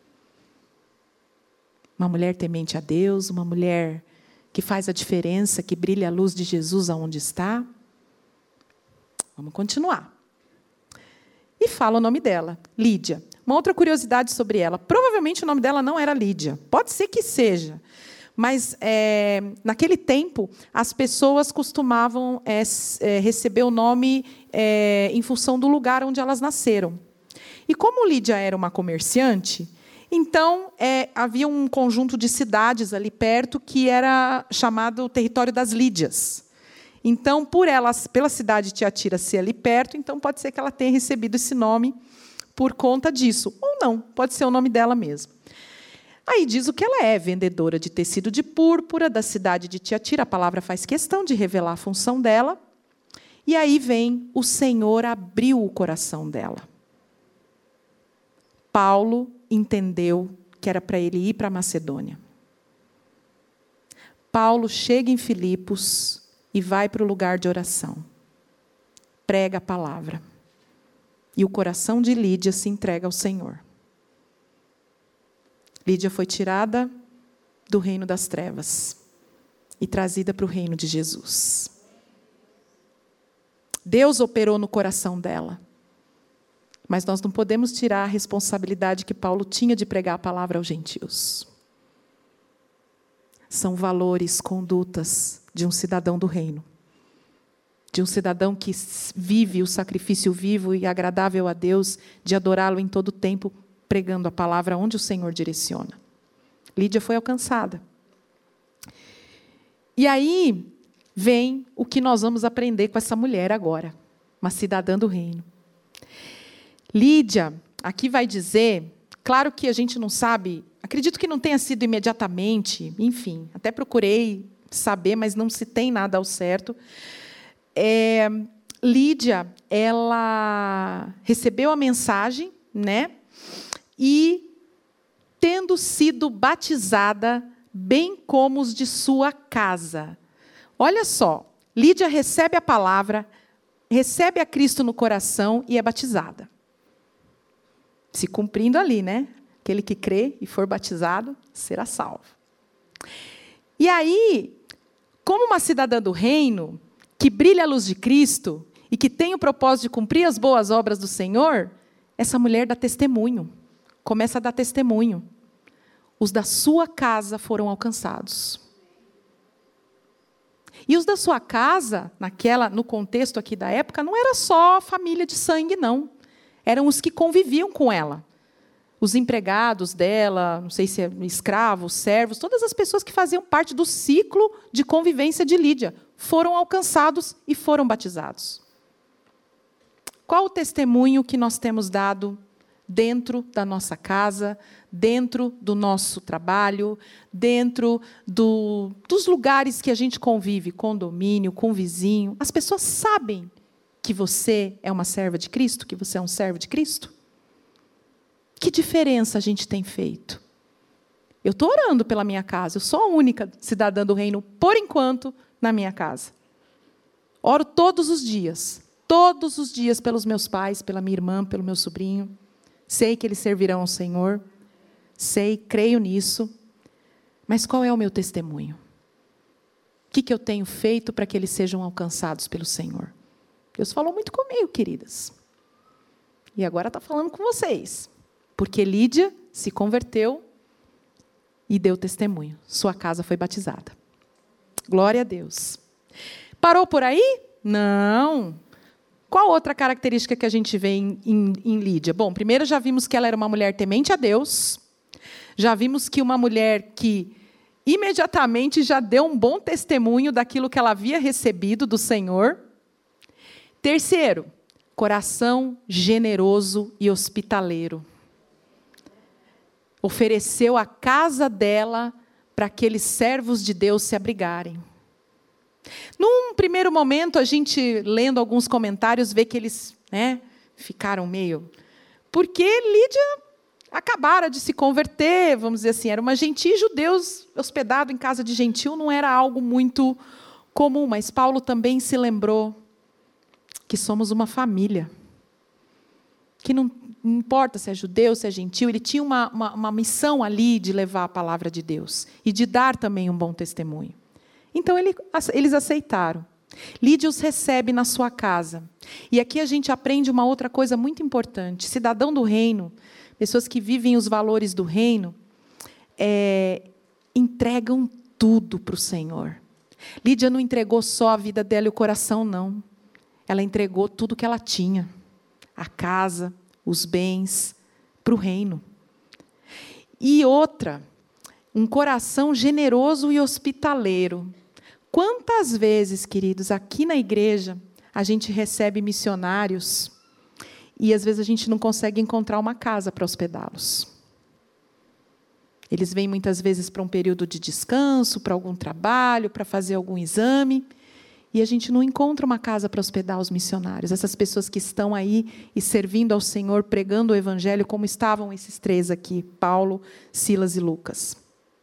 Uma mulher temente a Deus, uma mulher que faz a diferença, que brilha a luz de Jesus aonde está? Vamos continuar. E fala o nome dela, Lídia. Uma outra curiosidade sobre ela. Provavelmente o nome dela não era Lídia. Pode ser que seja. Mas, naquele tempo, as pessoas costumavam receber o nome em função do lugar onde elas nasceram. E como Lídia era uma comerciante, então havia um conjunto de cidades ali perto que era chamado o território das Lídias. Então, pela cidade de Tiatira ser ali perto, então pode ser que ela tenha recebido esse nome por conta disso. Ou não, pode ser o nome dela mesmo. Aí diz o que ela é, vendedora de tecido de púrpura da cidade de Tiatira. A palavra faz questão de revelar a função dela. E aí vem, o Senhor abriu o coração dela. Paulo entendeu que era para ele ir para a Macedônia. Paulo chega em Filipos e vai para o lugar de oração. Prega a palavra. E o coração de Lídia se entrega ao Senhor. Lídia foi tirada do reino das trevas e trazida para o reino de Jesus. Deus operou no coração dela. Mas nós não podemos tirar a responsabilidade que Paulo tinha de pregar a palavra aos gentios. São valores, condutas de um cidadão do reino. De um cidadão que vive o sacrifício vivo e agradável a Deus, de adorá-lo em todo o tempo, pregando a palavra onde o Senhor direciona. Lídia foi alcançada. E aí vem o que nós vamos aprender com essa mulher agora, uma cidadã do reino. Lídia, aqui vai dizer, claro que a gente não sabe, acredito que não tenha sido imediatamente, enfim, até procurei saber, mas não se tem nada ao certo. Lídia, ela recebeu a mensagem, né? E, tendo sido batizada, bem como os de sua casa. Olha só, Lídia recebe a palavra, recebe a Cristo no coração e é batizada. Se cumprindo ali, né? Aquele que crê e for batizado, será salvo. E aí, como uma cidadã do reino, que brilha a luz de Cristo e que tem o propósito de cumprir as boas obras do Senhor, essa mulher dá testemunho. Começa a dar testemunho. Os da sua casa foram alcançados. E os da sua casa, no contexto aqui da época, não era só família de sangue, não. Eram os que conviviam com ela. os empregados dela, não sei se é escravos, servos, todas as pessoas que faziam parte do ciclo de convivência de Lídia, foram alcançados e foram batizados. Qual o testemunho que nós temos dado dentro da nossa casa, dentro do nosso trabalho, dentro dos lugares que a gente convive, condomínio, com vizinho? As pessoas sabem que você é uma serva de Cristo, que você é um servo de Cristo? Que diferença a gente tem feito? Eu estou orando pela minha casa, eu sou a única cidadã do reino, por enquanto, na minha casa. Oro todos os dias pelos meus pais, pela minha irmã, pelo meu sobrinho. Sei que eles servirão ao Senhor, creio nisso, mas qual é o meu testemunho? O que eu tenho feito para que eles sejam alcançados pelo Senhor? Deus falou muito comigo, queridas. E agora está falando com vocês. Porque Lídia se converteu e deu testemunho. Sua casa foi batizada. Glória a Deus. Parou por aí? Não. Qual outra característica que a gente vê em Lídia? Bom, primeiro já vimos que ela era uma mulher temente a Deus. Já vimos que uma mulher que imediatamente já deu um bom testemunho daquilo que ela havia recebido do Senhor. Terceiro, coração generoso e hospitaleiro. Ofereceu a casa dela para aqueles servos de Deus se abrigarem. Num primeiro momento, a gente, lendo alguns comentários, vê que eles ficaram meio... Porque Lídia acabara de se converter, vamos dizer assim, era uma gentil, e judeus hospedado em casa de gentil não era algo muito comum, mas Paulo também se lembrou que somos uma família, que não importa se é judeu, se é gentil, ele tinha uma missão ali de levar a palavra de Deus e de dar também um bom testemunho. Então, eles aceitaram. Lídia os recebe na sua casa. E aqui a gente aprende uma outra coisa muito importante. Cidadão do reino, pessoas que vivem os valores do reino, entregam tudo para o Senhor. Lídia não entregou só a vida dela e o coração, não. Ela entregou tudo que ela tinha. A casa, os bens, para o reino. E outra, um coração generoso e hospitaleiro. Quantas vezes, queridos, aqui na igreja, a gente recebe missionários e, às vezes, a gente não consegue encontrar uma casa para hospedá-los. Eles vêm, muitas vezes, para um período de descanso, para algum trabalho, para fazer algum exame, e a gente não encontra uma casa para hospedar os missionários, essas pessoas que estão aí e servindo ao Senhor, pregando o Evangelho, como estavam esses três aqui, Paulo, Silas e Lucas.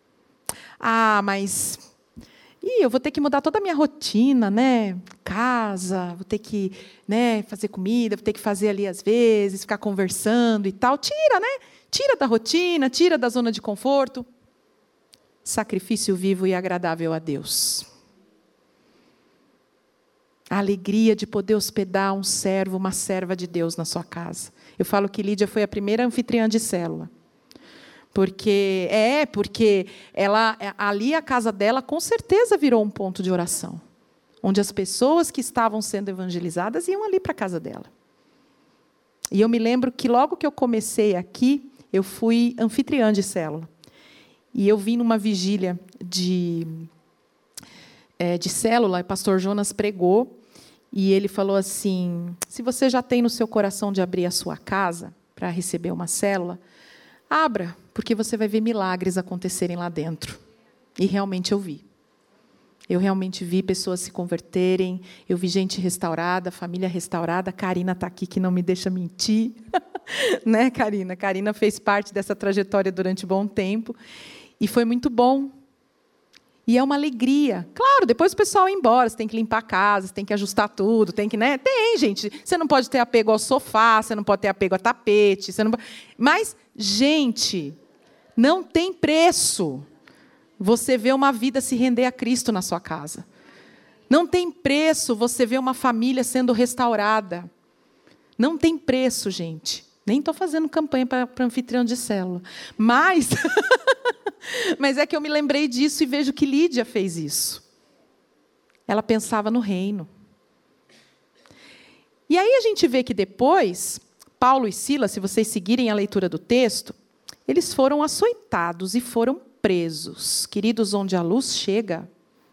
Mas eu vou ter que mudar toda a minha rotina, casa, vou ter que fazer comida, vou ter que fazer ali às vezes, ficar conversando e tal. Tira da rotina, tira da zona de conforto. Sacrifício vivo e agradável a Deus. A alegria de poder hospedar um servo, uma serva de Deus na sua casa. Eu falo que Lídia foi a primeira anfitriã de célula. Porque ali a casa dela com certeza virou um ponto de oração, onde as pessoas que estavam sendo evangelizadas iam ali para a casa dela. E eu me lembro que logo que eu comecei aqui, eu fui anfitriã de célula. E eu vim numa vigília de célula, o pastor Jonas pregou, e ele falou assim, se você já tem no seu coração de abrir a sua casa para receber uma célula, abra, porque você vai ver milagres acontecerem lá dentro. E realmente eu vi. Eu realmente vi pessoas se converterem, eu vi gente restaurada, família restaurada. A Karina está aqui, que não me deixa mentir. Né, Karina? Karina fez parte dessa trajetória durante um bom tempo. E foi muito bom. E é uma alegria. Claro, depois o pessoal vai embora, você tem que limpar a casa, você tem que ajustar tudo, tem, gente. Você não pode ter apego ao sofá, você não pode ter apego a tapete. Mas, gente, não tem preço você ver uma vida se render a Cristo na sua casa. Não tem preço você ver uma família sendo restaurada. Não tem preço, gente. Nem estou fazendo campanha para anfitrião de célula. Mas é que eu me lembrei disso e vejo que Lídia fez isso. Ela pensava no reino. E aí a gente vê que depois, Paulo e Silas, se vocês seguirem a leitura do texto, eles foram açoitados e foram presos. Queridos, onde a luz chega,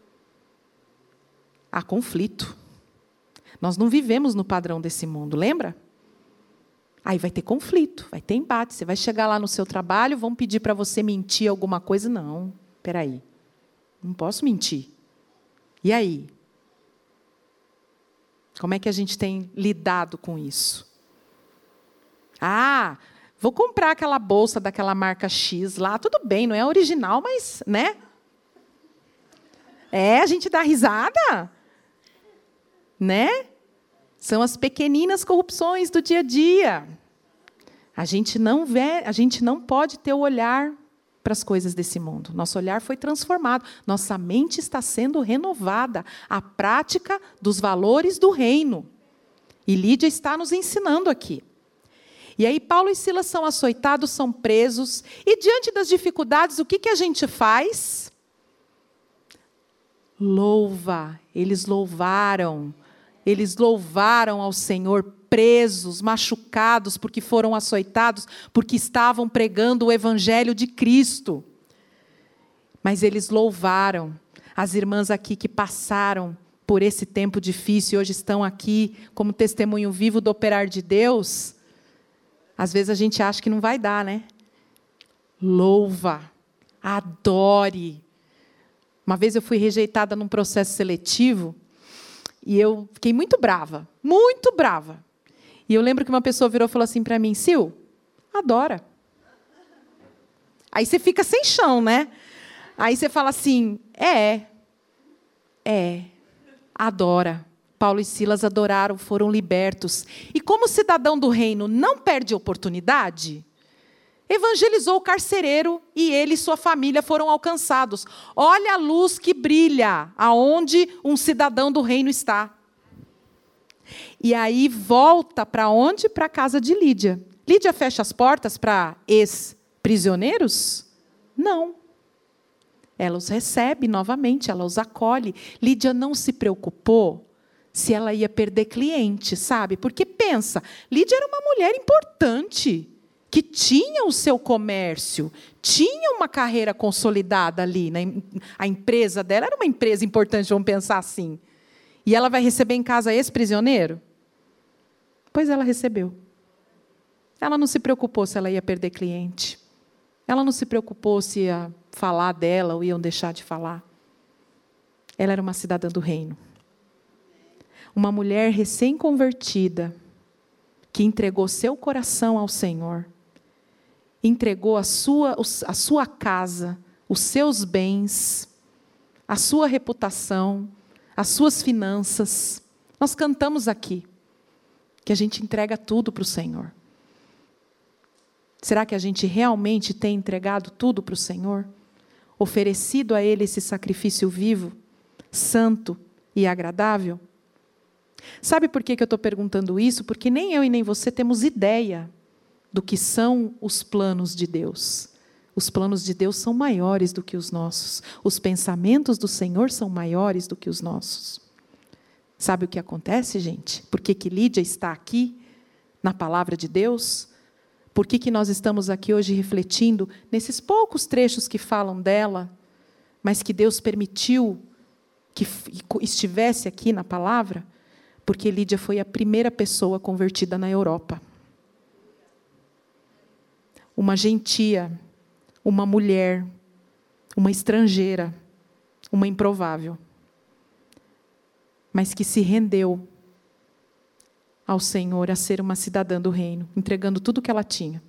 há conflito. Nós não vivemos no padrão desse mundo, lembra? Aí vai ter conflito, vai ter embate. Você vai chegar lá no seu trabalho, vão pedir para você mentir alguma coisa. Não, espera aí, não posso mentir. E aí? Como é que a gente tem lidado com isso? Ah, vou comprar aquela bolsa daquela marca X lá, tudo bem, não é original, mas, né? A gente dá risada, né? São as pequeninas corrupções do dia a dia. A gente não pode ter o olhar para as coisas desse mundo. Nosso olhar foi transformado. Nossa mente está sendo renovada. A prática dos valores do reino. E Lídia está nos ensinando aqui. E aí Paulo e Silas são açoitados, são presos. E diante das dificuldades, o que a gente faz? Louva. Eles louvaram ao Senhor, presos, machucados, porque foram açoitados, porque estavam pregando o Evangelho de Cristo. Mas eles louvaram. As irmãs aqui que passaram por esse tempo difícil, hoje estão aqui como testemunho vivo do operar de Deus. Às vezes a gente acha que não vai dar, né? Louva, adore. Uma vez eu fui rejeitada num processo seletivo, e eu fiquei muito brava, muito brava. E eu lembro que uma pessoa virou e falou assim para mim, Sil, adora. Aí você fica sem chão, né? Aí você fala assim, adora. Paulo e Silas adoraram, foram libertos. E como cidadão do reino não perde oportunidade, evangelizou o carcereiro e ele e sua família foram alcançados. Olha a luz que brilha aonde um cidadão do reino está. E aí volta para onde? Para a casa de Lídia. Lídia fecha as portas para ex-prisioneiros? Não. Ela os recebe novamente, ela os acolhe. Lídia não se preocupou se ela ia perder cliente, sabe? Porque pensa, Lídia era uma mulher importante, que tinha o seu comércio, tinha uma carreira consolidada ali. Né? A empresa dela era uma empresa importante, vamos pensar assim. E ela vai receber em casa esse prisioneiro? Pois ela recebeu. Ela não se preocupou se ela ia perder cliente. Ela não se preocupou se ia falar dela ou iam deixar de falar. Ela era uma cidadã do reino. Uma mulher recém-convertida, que entregou seu coração ao Senhor, entregou a sua casa, os seus bens, a sua reputação, as suas finanças. Nós cantamos aqui que a gente entrega tudo para o Senhor. Será que a gente realmente tem entregado tudo para o Senhor? Oferecido a Ele esse sacrifício vivo, santo e agradável? Sabe por que eu estou perguntando isso? Porque nem eu e nem você temos ideia do que são os planos de Deus. Os planos de Deus são maiores do que os nossos. Os pensamentos do Senhor são maiores do que os nossos. Sabe o que acontece, gente? Por que Lídia está aqui, na palavra de Deus? Por que nós estamos aqui hoje refletindo nesses poucos trechos que falam dela, mas que Deus permitiu que estivesse aqui na palavra? Porque Lídia foi a primeira pessoa convertida na Europa. Uma gentia, uma mulher, uma estrangeira, uma improvável, mas que se rendeu ao Senhor a ser uma cidadã do reino, entregando tudo o que ela tinha.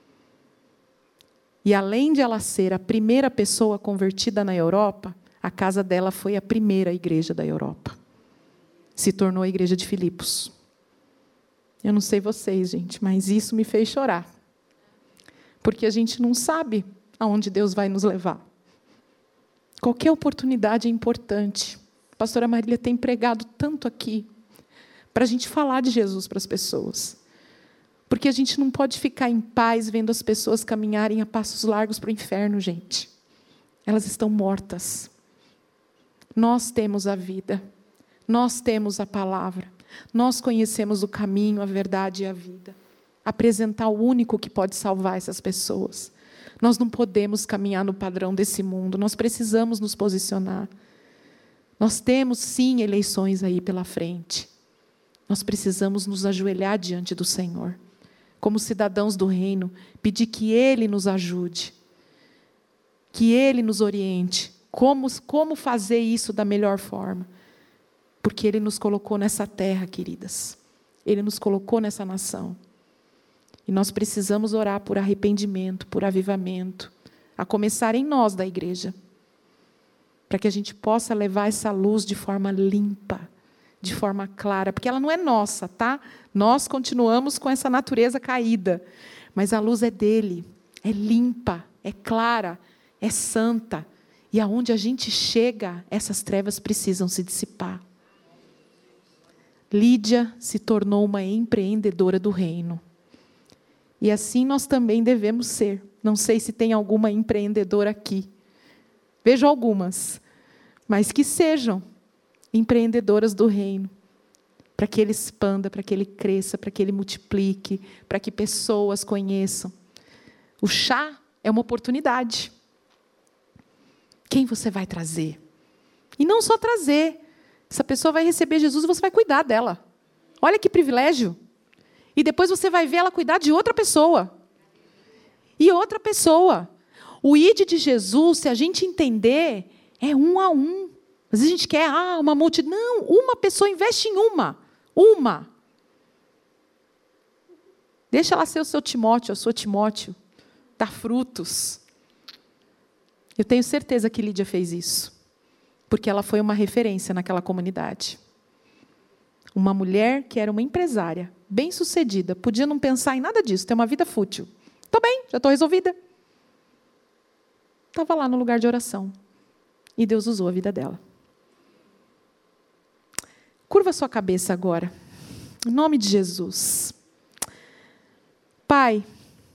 E além de ela ser a primeira pessoa convertida na Europa, a casa dela foi a primeira igreja da Europa. Se tornou a igreja de Filipos. Eu não sei vocês, gente, mas isso me fez chorar. Porque a gente não sabe aonde Deus vai nos levar. Qualquer oportunidade é importante. A pastora Marília tem pregado tanto aqui para a gente falar de Jesus para as pessoas. Porque a gente não pode ficar em paz vendo as pessoas caminharem a passos largos para o inferno, gente. Elas estão mortas. Nós temos a vida. Nós temos a palavra. Nós conhecemos o caminho, a verdade e a vida. Apresentar o único que pode salvar essas pessoas. Nós não podemos caminhar no padrão desse mundo, nós precisamos nos posicionar. Nós temos, sim, eleições aí pela frente. Nós precisamos nos ajoelhar diante do Senhor, como cidadãos do reino, pedir que Ele nos ajude, que Ele nos oriente, como fazer isso da melhor forma. Porque Ele nos colocou nessa terra, queridas. Ele nos colocou nessa nação. E nós precisamos orar por arrependimento, por avivamento, a começar em nós da igreja, para que a gente possa levar essa luz de forma limpa, de forma clara, porque ela não é nossa, tá? Nós continuamos com essa natureza caída, mas a luz é dele, é limpa, é clara, é santa, e aonde a gente chega, essas trevas precisam se dissipar. Lídia se tornou uma empreendedora do reino. E assim nós também devemos ser. Não sei se tem alguma empreendedora aqui. Vejo algumas. Mas que sejam empreendedoras do reino. Para que ele expanda, para que ele cresça, para que ele multiplique, para que pessoas conheçam. O chá é uma oportunidade. Quem você vai trazer? E não só trazer. Essa pessoa vai receber Jesus e você vai cuidar dela. Olha que privilégio. E depois você vai ver ela cuidar de outra pessoa. E outra pessoa. O ide de Jesus, se a gente entender, é 1 a 1. Às vezes a gente quer uma multidão. Não, uma pessoa investe em uma. Uma. Deixa ela ser o seu Timóteo, a sua Timóteo. Dá frutos. Eu tenho certeza que Lídia fez isso. Porque ela foi uma referência naquela comunidade. Uma mulher que era uma empresária, bem-sucedida, podia não pensar em nada disso, ter uma vida fútil. Estou bem, já estou resolvida. Estava lá no lugar de oração. E Deus usou a vida dela. Curva sua cabeça agora. Em nome de Jesus. Pai,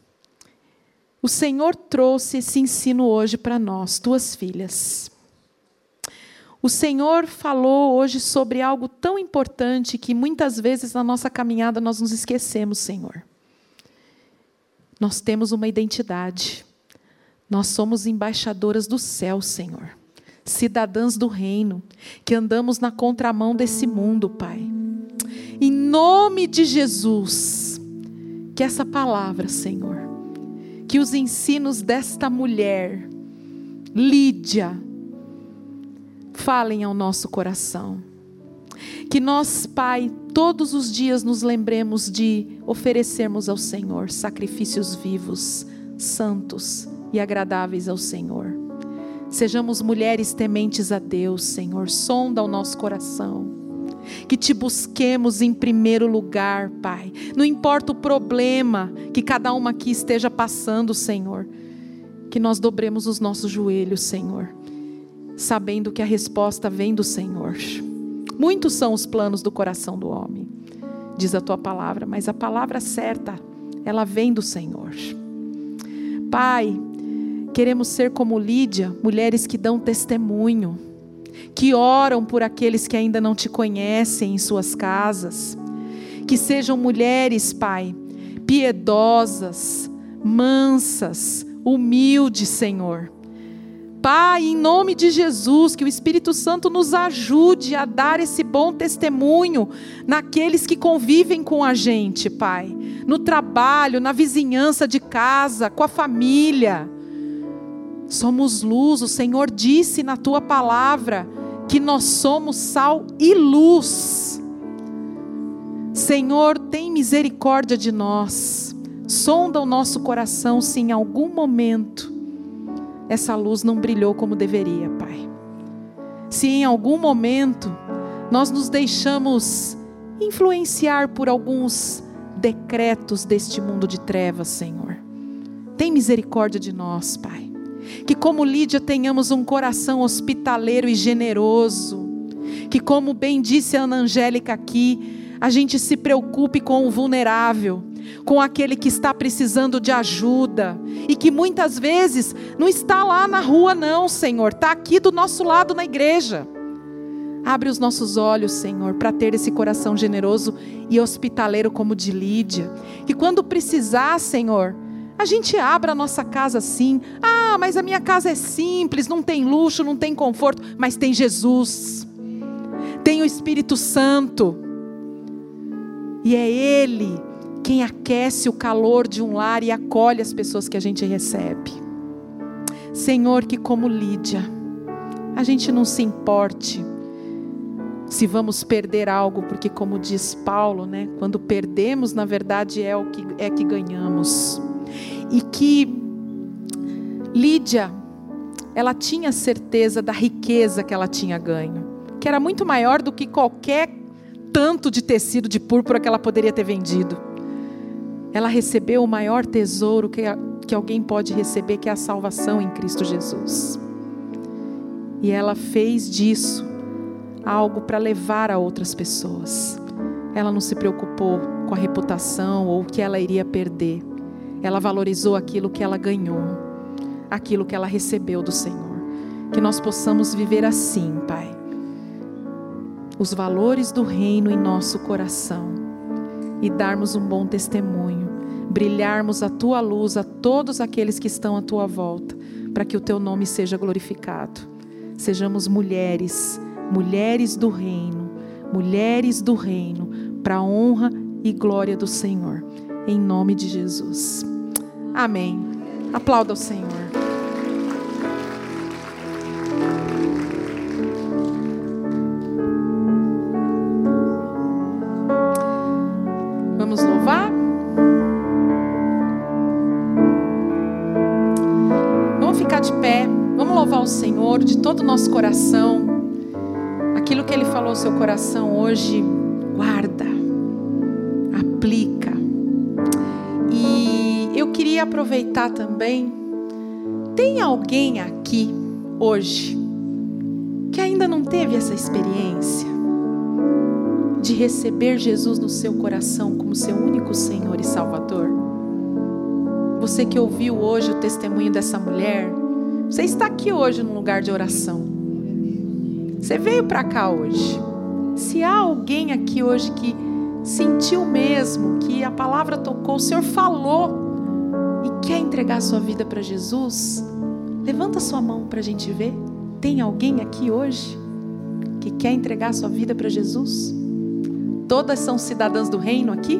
o Senhor trouxe esse ensino hoje para nós, tuas filhas. O Senhor falou hoje sobre algo tão importante que muitas vezes na nossa caminhada nós nos esquecemos, Senhor. Nós temos uma identidade. Nós somos embaixadoras do céu, Senhor. Cidadãs do reino, que andamos na contramão desse mundo, Pai. Em nome de Jesus, que essa palavra, Senhor, que os ensinos desta mulher, Lídia, falem ao nosso coração. Que nós, Pai, todos os dias nos lembremos de oferecermos ao Senhor sacrifícios vivos, santos e agradáveis ao Senhor. Sejamos mulheres tementes a Deus, Senhor. Sonda o nosso coração. Que te busquemos em primeiro lugar, Pai. Não importa o problema que cada uma aqui esteja passando, Senhor. Que nós dobremos os nossos joelhos, Senhor, sabendo que a resposta vem do Senhor. Muitos são os planos do coração do homem, diz a tua palavra, mas a palavra certa, ela vem do Senhor. Pai, queremos ser como Lídia, mulheres que dão testemunho, que oram por aqueles que ainda não te conhecem em suas casas, que sejam mulheres, Pai, piedosas, mansas, humildes, Senhor. Pai, em nome de Jesus, que o Espírito Santo nos ajude a dar esse bom testemunho naqueles que convivem com a gente, Pai. No trabalho, na vizinhança de casa, com a família. Somos luz, o Senhor disse na tua palavra que nós somos sal e luz. Senhor, tem misericórdia de nós. Sonda o nosso coração se em algum momento essa luz não brilhou como deveria, Pai. Se em algum momento nós nos deixamos influenciar por alguns decretos deste mundo de trevas, Senhor, tem misericórdia de nós, Pai. Que como Lídia tenhamos um coração hospitaleiro e generoso. Que como bem disse a Ana Angélica aqui, a gente se preocupe com o vulnerável, com aquele que está precisando de ajuda, e que muitas vezes não está lá na rua não, Senhor, está aqui do nosso lado na igreja. Abre os nossos olhos, Senhor, para ter esse coração generoso e hospitaleiro como o de Lídia, que quando precisar, Senhor, A gente abra a nossa casa assim. Ah, mas a minha casa é simples, não tem luxo, não tem conforto. Mas tem Jesus. Tem o Espírito Santo. E é Ele quem aquece o calor de um lar e acolhe as pessoas que a gente recebe. Senhor, que como Lídia, a gente não se importe se vamos perder algo, porque como diz Paulo, né, quando perdemos, na verdade é que ganhamos. E que Lídia, ela tinha certeza da riqueza que ela tinha ganho, que era muito maior do que qualquer tanto de tecido de púrpura que ela poderia ter vendido. Ela recebeu o maior tesouro que alguém pode receber, que é a salvação em Cristo Jesus. E ela fez disso algo para levar a outras pessoas. Ela não se preocupou com a reputação ou o que ela iria perder. Ela valorizou aquilo que ela ganhou, aquilo que ela recebeu do Senhor. Que nós possamos viver assim, Pai. Os valores do reino em nosso coração e darmos um bom testemunho, brilharmos a Tua luz a todos aqueles que estão à Tua volta, para que o Teu nome seja glorificado. Sejamos mulheres do reino, para a honra e glória do Senhor, em nome de Jesus. Amém. Aplauda o Senhor. Vamos louvar? Vamos ficar de pé, vamos louvar o Senhor de todo o nosso coração. Aquilo que Ele falou ao seu coração hoje, guarda, aplica. E eu queria aproveitar também, tem alguém aqui hoje que ainda não teve essa experiência de receber Jesus no seu coração como seu único Senhor e Salvador? Você que ouviu hoje o testemunho dessa mulher, você está aqui hoje num lugar de oração. Você veio para cá hoje. Se há alguém aqui hoje que sentiu mesmo, que a palavra tocou, o Senhor falou e quer entregar a sua vida para Jesus, levanta sua mão para a gente ver. Tem alguém aqui hoje que quer entregar a sua vida para Jesus? Todas são cidadãs do reino aqui?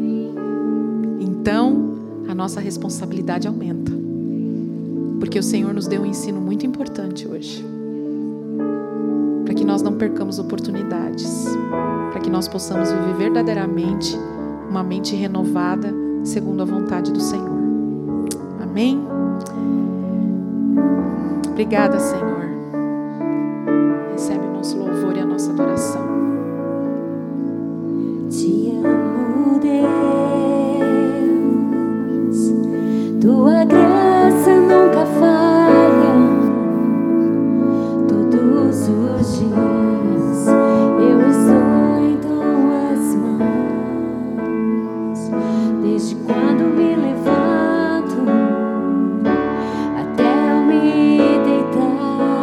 Então, a nossa responsabilidade aumenta. Porque o Senhor nos deu um ensino muito importante hoje. Para que nós não percamos oportunidades, para que nós possamos viver verdadeiramente uma mente renovada segundo a vontade do Senhor. Amém? Obrigada, Senhor. Recebe o nosso louvor e a nossa adoração. Te amo, Deus, Tua graça nunca falha. Todos os dias eu estou em Tuas mãos, desde quando me levanto até eu me deitar.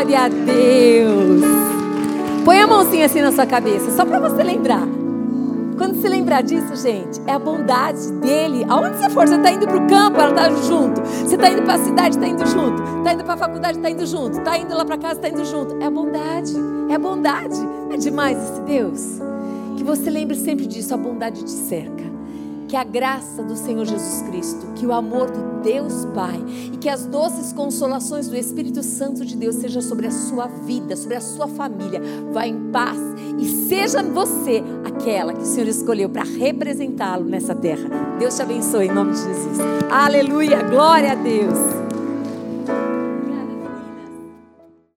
Glória a Deus. Põe a mãozinha assim na sua cabeça, só para você lembrar. Quando você lembrar disso, gente, é a bondade dele. Aonde você for, você está indo para o campo, ela está junto. Você está indo para a cidade, está indo junto. Está indo para a faculdade, está indo junto. Está indo lá para casa, está indo junto. É a bondade, é a bondade. Não é demais esse Deus? Que você lembre sempre disso, a bondade te cerca. Que a graça do Senhor Jesus Cristo, que o amor do Deus Pai e que as doces consolações do Espírito Santo de Deus seja sobre a sua vida, sobre a sua família. Vá em paz e seja você aquela que o Senhor escolheu para representá-lo nessa terra. Deus te abençoe em nome de Jesus. Aleluia, glória a Deus.